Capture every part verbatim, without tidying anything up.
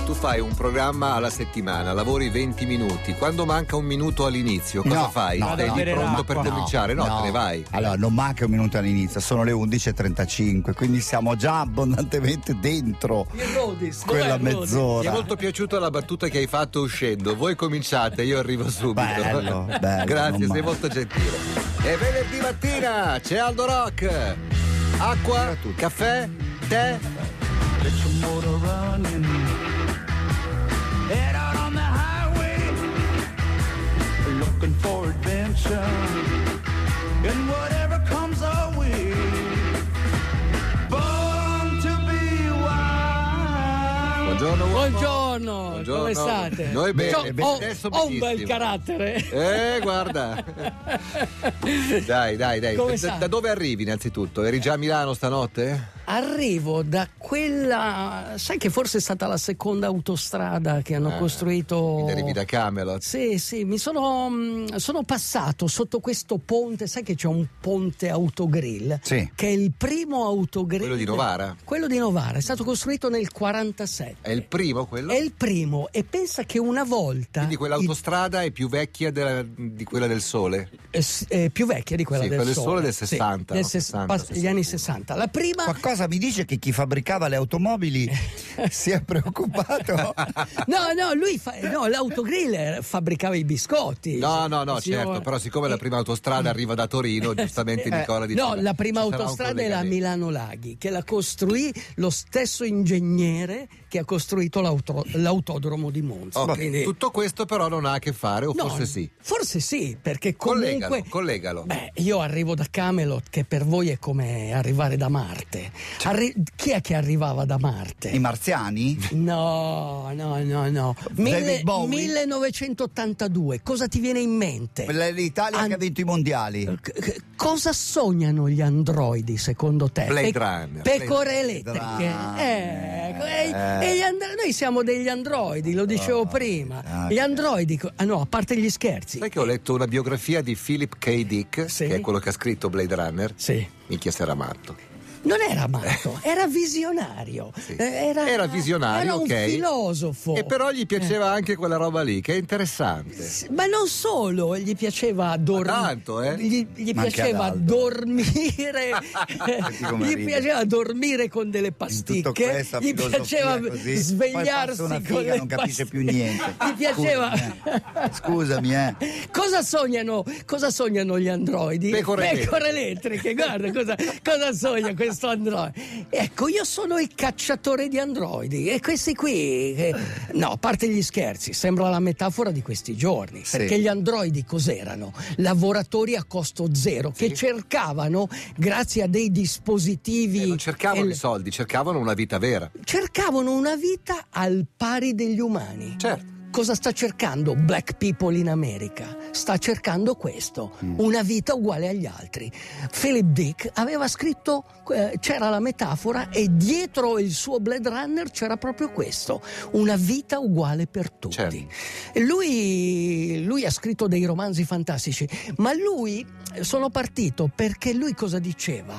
tu fai un programma alla settimana, lavori venti minuti, quando manca un minuto all'inizio cosa No, fai? no, Sei no, lì pronto no, per no, cominciare? No, no. te ne vai. Allora, non manca un minuto all'inizio, sono le undici e trentacinque, quindi siamo già abbondantemente dentro quella mezz'ora. Mi è molto piaciuta la battuta che hai fatto uscendo. Voi cominciate, io arrivo subito. Bello, bello, Grazie, sei non male. molto gentile. E venerdì mattina c'è Aldo Rock. Acqua, caffè, tè. Get your motor running. Head out on the highway, looking for adventure, and whatever comes our way. Born to be wild. Buongiorno, uomo. Buongiorno, Buongiorno. come state? Noi bene, C'ho- bene, ho, adesso ho un bel benissimo. carattere. Eh, guarda. Dai, dai, dai. Come Da, stai? da dove arrivi innanzitutto? Eri già a Milano stanotte? Arrivo da quella, sai che forse è stata la seconda autostrada che hanno Ah, costruito. quindi arrivi da Camelot. Sì, sì, mi sono, mh, sono passato sotto questo ponte, sai che c'è un ponte autogrill? Sì. Che è il primo autogrill. Quello di Novara? Quello di Novara, è stato costruito nel quarantasette. È il primo quello? È il primo, e pensa che una volta. Quindi quell'autostrada è più vecchia della- di quella del Sole? È, è più vecchia di quella Sì, del quella del Sole. Sole del Sì, sessanta, del no? ses- sessanta, pas- sessanta. gli anni sessanta. La prima. Qualcosa mi dice che chi fabbricava le automobili si è preoccupato. No, no, lui fa, no, l'autogrill fabbricava i biscotti. No, no, no, Il signor- certo, però siccome la Eh, prima autostrada arriva da Torino, giustamente eh, Nicola dice... no, beh, la prima ci sarà un autostrada è la collegamento. Milano Laghi, che la costruì lo stesso ingegnere che ha costruito l'auto- l'autodromo di Monza. Ok, Quindi- tutto questo però non ha a che fare, o no, forse sì. Forse sì, perché comunque. Collegalo, collegalo. Beh, io arrivo da Camelot, che per voi è come arrivare da Marte. Arri- chi è che arrivava da Marte? I marziani? No, no, no, no. David Mille- Bowie? millenovecentottantadue, cosa ti viene in mente? L'Italia An- che ha vinto i mondiali. C- c- cosa sognano gli androidi secondo te? Blade Pe- Runner. Pecore Blade elettriche. Runner. Eh, e- Eh. e gli and- noi siamo degli androidi, lo dicevo Oh, prima. ah, Gli che- androidi, co- ah no, a parte gli scherzi. Sai che ho letto una biografia di Philip K. Dick, Sì. che è quello che ha scritto Blade Runner? Sì. Minchia, se era matto. Non era matto, era visionario. Sì. Eh, Era, Era visionario, era un ok. filosofo. E però gli piaceva anche quella roba lì, che è interessante. Sì, ma non solo, gli piaceva dormire. tanto, eh? Gli, gli Ma anche piaceva ad Aldo. dormire. Senti come gli ride. piaceva dormire con delle In tutta pasticche. questa Gli filosofia piaceva così, poi svegliarsi passa una con figa, le non capisce più pasticche. niente. Gli piaceva. Scusami, eh. Cosa sognano, cosa sognano gli androidi? Pecore Pecore elettriche, guarda cosa, cosa sogna questo androide. Ecco, io sono il cacciatore di androidi e questi qui, eh, no, a parte gli scherzi, sembra la metafora di questi giorni, Sì. perché gli androidi cos'erano? Lavoratori a costo zero che cercavano, grazie a dei dispositivi, Eh, non cercavano el- i soldi, cercavano una vita vera. cercavano una vita al pari degli umani. Certo. Cosa sta cercando Black People in America? Sta cercando questo, una vita uguale agli altri. Philip Dick aveva scritto, eh, c'era la metafora e dietro il suo Blade Runner c'era proprio questo, una vita uguale per tutti. Certo. E Lui, lui ha scritto dei romanzi fantastici, ma lui, sono partito perché lui cosa diceva?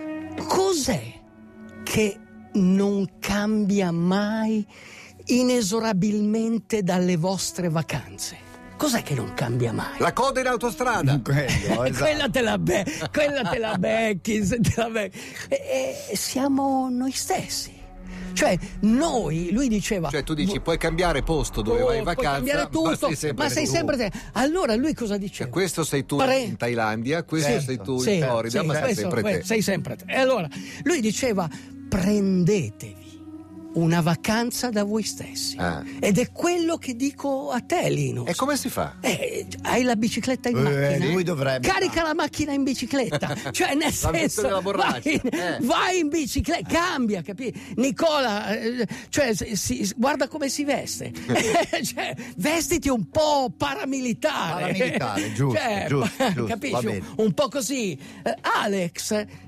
Cos'è che non cambia mai inesorabilmente dalle vostre vacanze? Cos'è che non cambia mai? La coda in autostrada. Quello, esatto. Quella te la, be- quella te la becchi, se te la becchi. E, e siamo noi stessi. Cioè, noi, lui diceva. Cioè tu dici puoi cambiare posto dove "Oh, vai in puoi vacanza, cambiare tutto, ma sei sempre, ma sei tu. sempre te." Allora lui cosa diceva? Cioè, questo sei tu Pre- in Thailandia, questo Certo. sei tu Sì, in Florida, sì, ma sei questo- sempre te. questo, sei sempre te. E allora lui diceva: prendetevi una vacanza da voi stessi. Ah. Ed è quello che dico a te, Linus. E come si fa? Eh, hai la bicicletta in Eh, macchina? lui dovrebbe. Carica la macchina in bicicletta, cioè nel La senso della borraccia, vai, eh. vai in bicicletta, cambia, capisci? Nicola, eh, cioè si- si- guarda come si veste, cioè, vestiti un po' paramilitare, Paramilitare, giusto, Cioè, giusto, giusto, capisci? va bene. Un po' così. Eh, Alex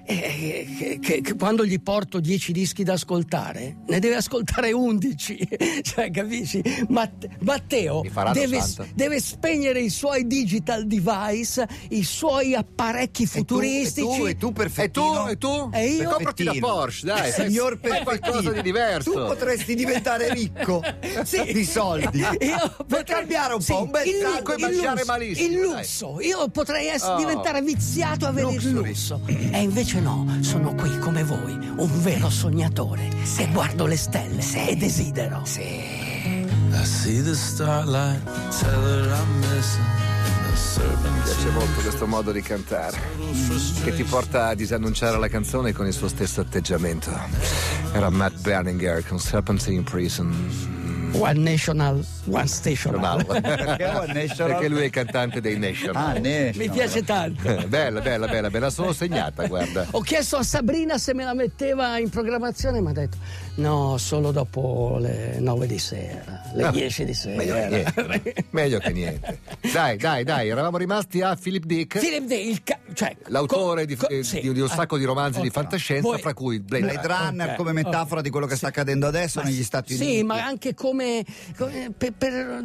eh, che, che, che quando gli porto dieci dischi da ascoltare ne deve ascoltare undici, cioè capisci? Matt- Matteo deve, deve spegnere i suoi digital device, i suoi apparecchi futuristici. E tu, e tu, e tu perfettino. E tu? E tu? E io? E comprati la Porsche, dai, signor fai qualcosa di diverso. Tu potresti diventare ricco Sì. di soldi. Io per cambiare un sì, po', un bel il, sacco e il mangiare lusso, malissimo, il dai. lusso. Io potrei essere, Oh. diventare viziato a avere il Luxury. lusso. E invece no, sono qui come voi, un vero sognatore che guardo le stelle e desidero. I see the starlight, tell her I'm missing the serpent. Mi piace molto questo modo di cantare, che ti porta a disannunciare la canzone con il suo stesso atteggiamento. Era Matt Berninger con Serpentine Prison. One National, One Stational. Perché One National? Perché lui è il cantante dei National. Ah, National. Mi piace tanto. Bella, bella, bella, me la sono segnata, guarda. Ho chiesto a Sabrina se me la metteva in programmazione, mi ha detto no, solo dopo le nove di sera, le Ah, dieci di sera. Meglio che niente. Meglio che niente. Dai, dai, dai, eravamo rimasti a Philip Dick, Philip Dick, il ca- cioè, l'autore di, co- eh, sì. di, di un sacco di romanzi Ok. di fantascienza, Voi- fra cui Blade Blade Runner. Runner Ok, come metafora di quello che sta accadendo adesso Ma negli sì, Stati sì, Uniti. ma anche come, come per, per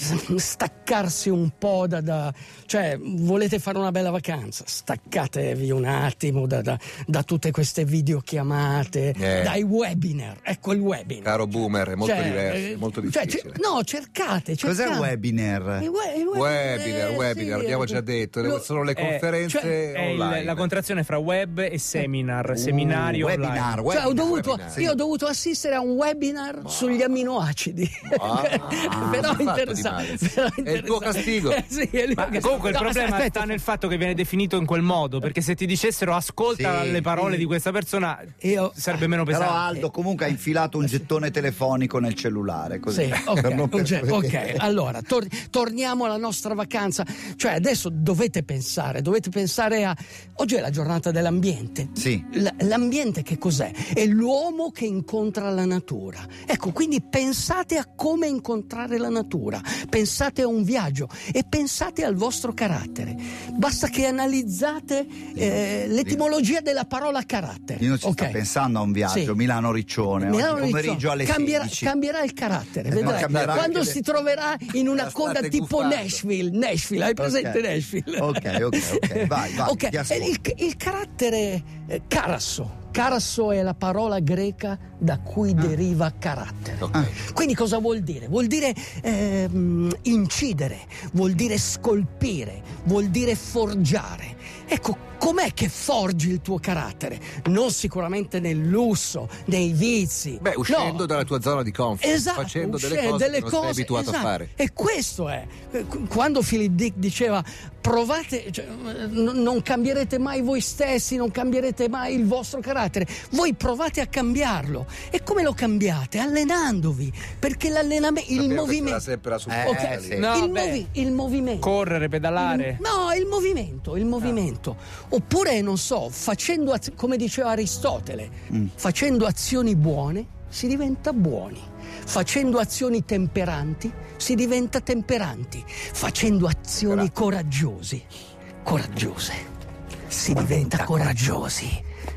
staccarsi un po' da, da cioè volete fare una bella vacanza, staccatevi un attimo da, da, da tutte queste videochiamate, Eh. dai webinar, ecco il webinar. Caro boomer, è molto Cioè, diverso, eh, molto cioè, difficile. ce- no, cercate, cercate. Cos'è webinar? Il we- il Webinar, eh, webinar, sì, abbiamo già detto, lo- sono le Eh, conferenze cioè, È il- online. la contrazione fra web e seminar, seminario Uh, online. webinar, Cioè, webinar. ho dovuto, webinar. io ho dovuto assistere a un webinar sugli amminoacidi. Ah, però fatto di interessante. male. però È il tuo interessante. castigo. Eh, sì, è il Ma mio castigo. comunque il No, problema aspetta, sta nel fatto che viene definito in quel modo, perché se ti dicessero ascolta Sì, le parole sì. di questa persona Io- sarebbe meno Però pesante. Aldo comunque ha infilato un gettone telefonico nel cellulare, così. Sì, Per non ok, per- ok, allora tor- torniamo alla nostra vacanza. Cioè adesso dovete pensare, dovete pensare a... Oggi è la giornata dell'ambiente. Sì. L- l'ambiente che cos'è? È l'uomo che incontra la natura. Ecco, quindi pensate a come incontrare la natura, pensate a un viaggio e pensate al vostro carattere. Basta che analizzate eh, l'etimologia della parola carattere. Io non ci ok? sta pensando a un viaggio, Sì. Milano-Riccione, Milano oggi pomeriggio Riccione. alle Cambierà, sedici. cambierà il carattere, Eh, vedrai. no, cambierà Quando anche si le- troverà in una La coda state tipo gufando. Nashville, Nashville, hai presente Ok. Nashville? Ok, ok, ok, vai, vai, Ok, ti ascolto. il, il carattere eh, carasso. Carasso è la parola greca da cui deriva carattere. Ok. Quindi cosa vuol dire? Vuol dire ehm, incidere, vuol dire scolpire, vuol dire forgiare. Ecco, com'è che forgi il tuo carattere? Non sicuramente nel lusso, nei vizi. Beh, uscendo No. dalla tua zona di comfort, Esatto, facendo delle uscire cose delle che non sei cose, abituato esatto. a fare. E questo è. Eh, Quando Philip Dick diceva provate, cioè, eh, n- non cambierete mai voi stessi, non cambierete mai il vostro carattere, voi provate a cambiarlo. E come lo cambiate? Allenandovi, perché l'allenamento, il Sapevo che c'era movimento. sempre la Eh, supporta sì. lì. No, il, beh. movi- il movimento. Correre, pedalare. Il- no, il movimento, il movimento. Oppure, non so, facendo, az- come diceva Aristotele, facendo azioni buone si diventa buoni. Facendo azioni temperanti si diventa temperanti. Facendo azioni Grazie. coraggiosi, coraggiose, si diventa coraggiosi.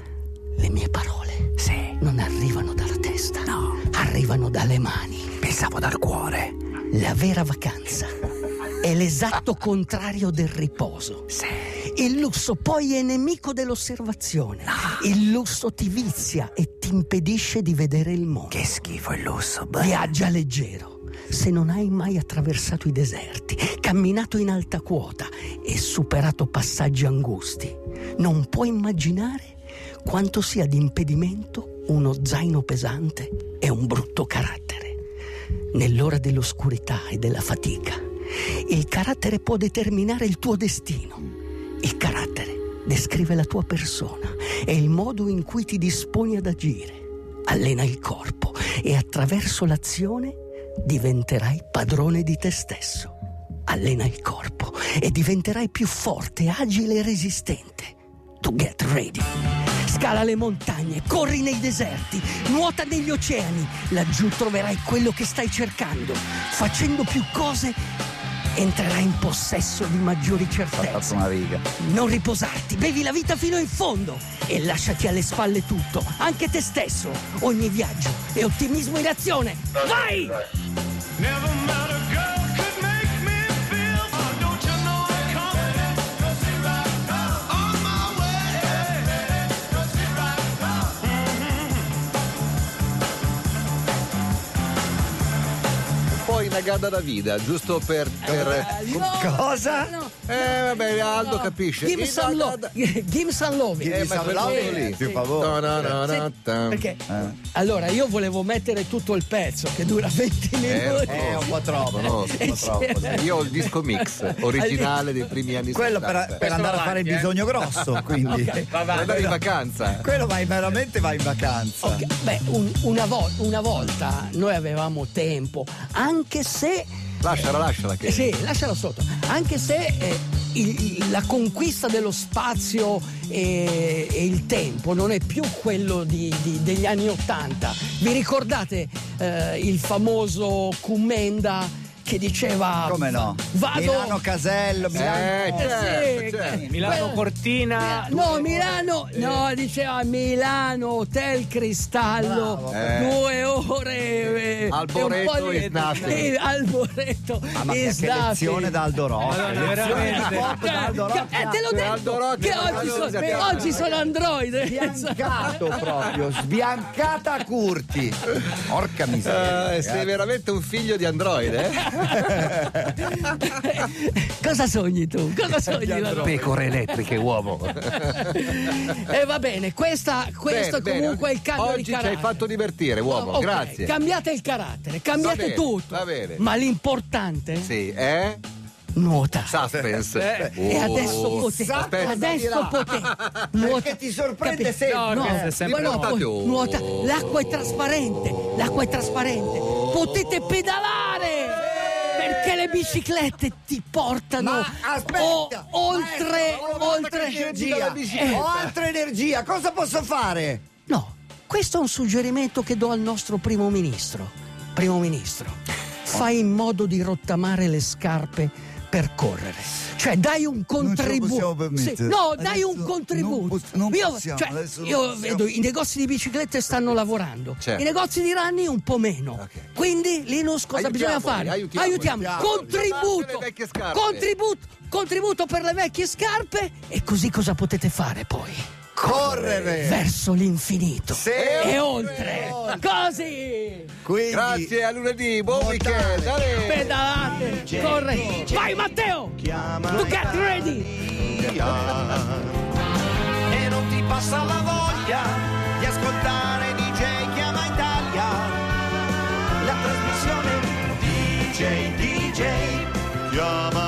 Le mie parole non arrivano dalla testa, no, arrivano dalle mani. Pensavo dal cuore. La vera vacanza è l'esatto contrario del riposo. Il lusso poi è nemico dell'osservazione. Il lusso ti vizia e ti impedisce di vedere il mondo. Che schifo il lusso. Viaggia leggero. Se non hai mai attraversato i deserti, camminato in alta quota e superato passaggi angusti, non puoi immaginare quanto sia di impedimento uno zaino pesante e un brutto carattere. Nell'ora dell'oscurità e della fatica, il carattere può determinare il tuo destino. Il carattere descrive la tua persona e il modo in cui ti disponi ad agire. Allena il corpo e attraverso l'azione diventerai padrone di te stesso. Allena il corpo e diventerai più forte, agile e resistente. To get ready. Scala le montagne, corri nei deserti, nuota negli oceani. Laggiù troverai quello che stai cercando. Facendo più cose entrerai in possesso di maggiori Ha fatto certezze. una riga. Non riposarti, bevi la vita fino in fondo e lasciati alle spalle tutto, anche te stesso, ogni viaggio e ottimismo in azione. Vai! Never met a girl could make me feel. Oh, don't you know I'm coming? On my way. Poi una gada da vida, giusto per. per... Cosa? No, Eh vabbè, Aldo no. capisce. Give Il- some love. Give some love. Eh, ma some quello love, lì. per favore. No, no, no, no, Sì, tam. perché allora io volevo mettere tutto il pezzo che dura venti minuti. È un po' troppo, no? Conosco, un po' troppo, sì. Io ho il disco mix originale dei primi anni Quello per, settanta. per andare a fare il bisogno grosso, quindi. Per andare in vacanza. Quello vai veramente vai in vacanza. Ok, beh, un- una, vo- una volta noi avevamo tempo, anche se. Lasciala, lasciala che. Eh, Sì, lasciala sotto. Anche se eh, il- la conquista dello spazio e, e il tempo non è più quello di- di- degli anni Ottanta. Vi ricordate eh, il famoso Commenda che diceva Come no? Vado Milano Casello, Milano. Eh, Eh, certo, sì, certo. eh, Milano quello- Cortina. No, Milano, no, diceva Milano, Hotel Cristallo, Bravo. Eh. due ore. eh, Alboreto e un po' di- is nothing. Eh, Alboreto Ah, ma is che nothing. lezione da Aldo Rocca. Madonna, lezione veramente. di pop da Aldo Che- Rocca. eh, te l'ho detto Aldo Rocca, che Aldo oggi, Rocca, sono, Aldo Rocca. oggi sono android. Sbiancato proprio, sbiancata Curti. Porca miseria. Eh, sei veramente un figlio di Android, eh? Cosa sogni tu? Cosa sogni la notte? Pecore elettriche, uomo. E va bene, questa, questo Bene, comunque bene. è il cambio Oggi di ci carattere. hai fatto divertire, uomo, Ok, grazie. Cambiate il carattere, cambiate Va bene, tutto. va bene. Ma l'importante Sì, eh? nuota. Suspense. E adesso potete, aspetta, adesso potete. Nuota. Perché ti sorprende Capi- sempre. No, questo è sempre ma no, nuoto. poi nuota. L'acqua è trasparente, l'acqua è trasparente. Potete pedalare. Perché le biciclette ti portano Ma aspetta, o- oltre, maestro, una volta oltre. che scendi dalla Eh, bicicletta. Ho altra energia, cosa posso fare? No, questo è un suggerimento che do al nostro primo ministro. Primo ministro, fai in modo di rottamare le scarpe per correre. Cioè dai un contributo. possiamo permettere. Sì, no, dai Adesso un contributo. non poss- non io possiamo, cioè, adesso non io possiamo. vedo i negozi di biciclette stanno lavorando. Certo. I negozi di ranni un po' meno. Ok. Quindi Linus cosa bisogna Aiutiamoli, fare? aiutiamoli. Aiutiamo. Aiutiamoli. Contributo. Le vecchie scarpe. Contributo. Contributo per le vecchie scarpe. E così cosa potete fare poi? Correre. Verso l'infinito Sì. e oltre. Così Quindi, Grazie, a lunedì, buon Mortale. weekend. Dale. pedalate, corre. Vai Matteo, to get ready. E non ti passa la voglia di ascoltare D J Chiama Italia, la trasmissione D J D J Chiama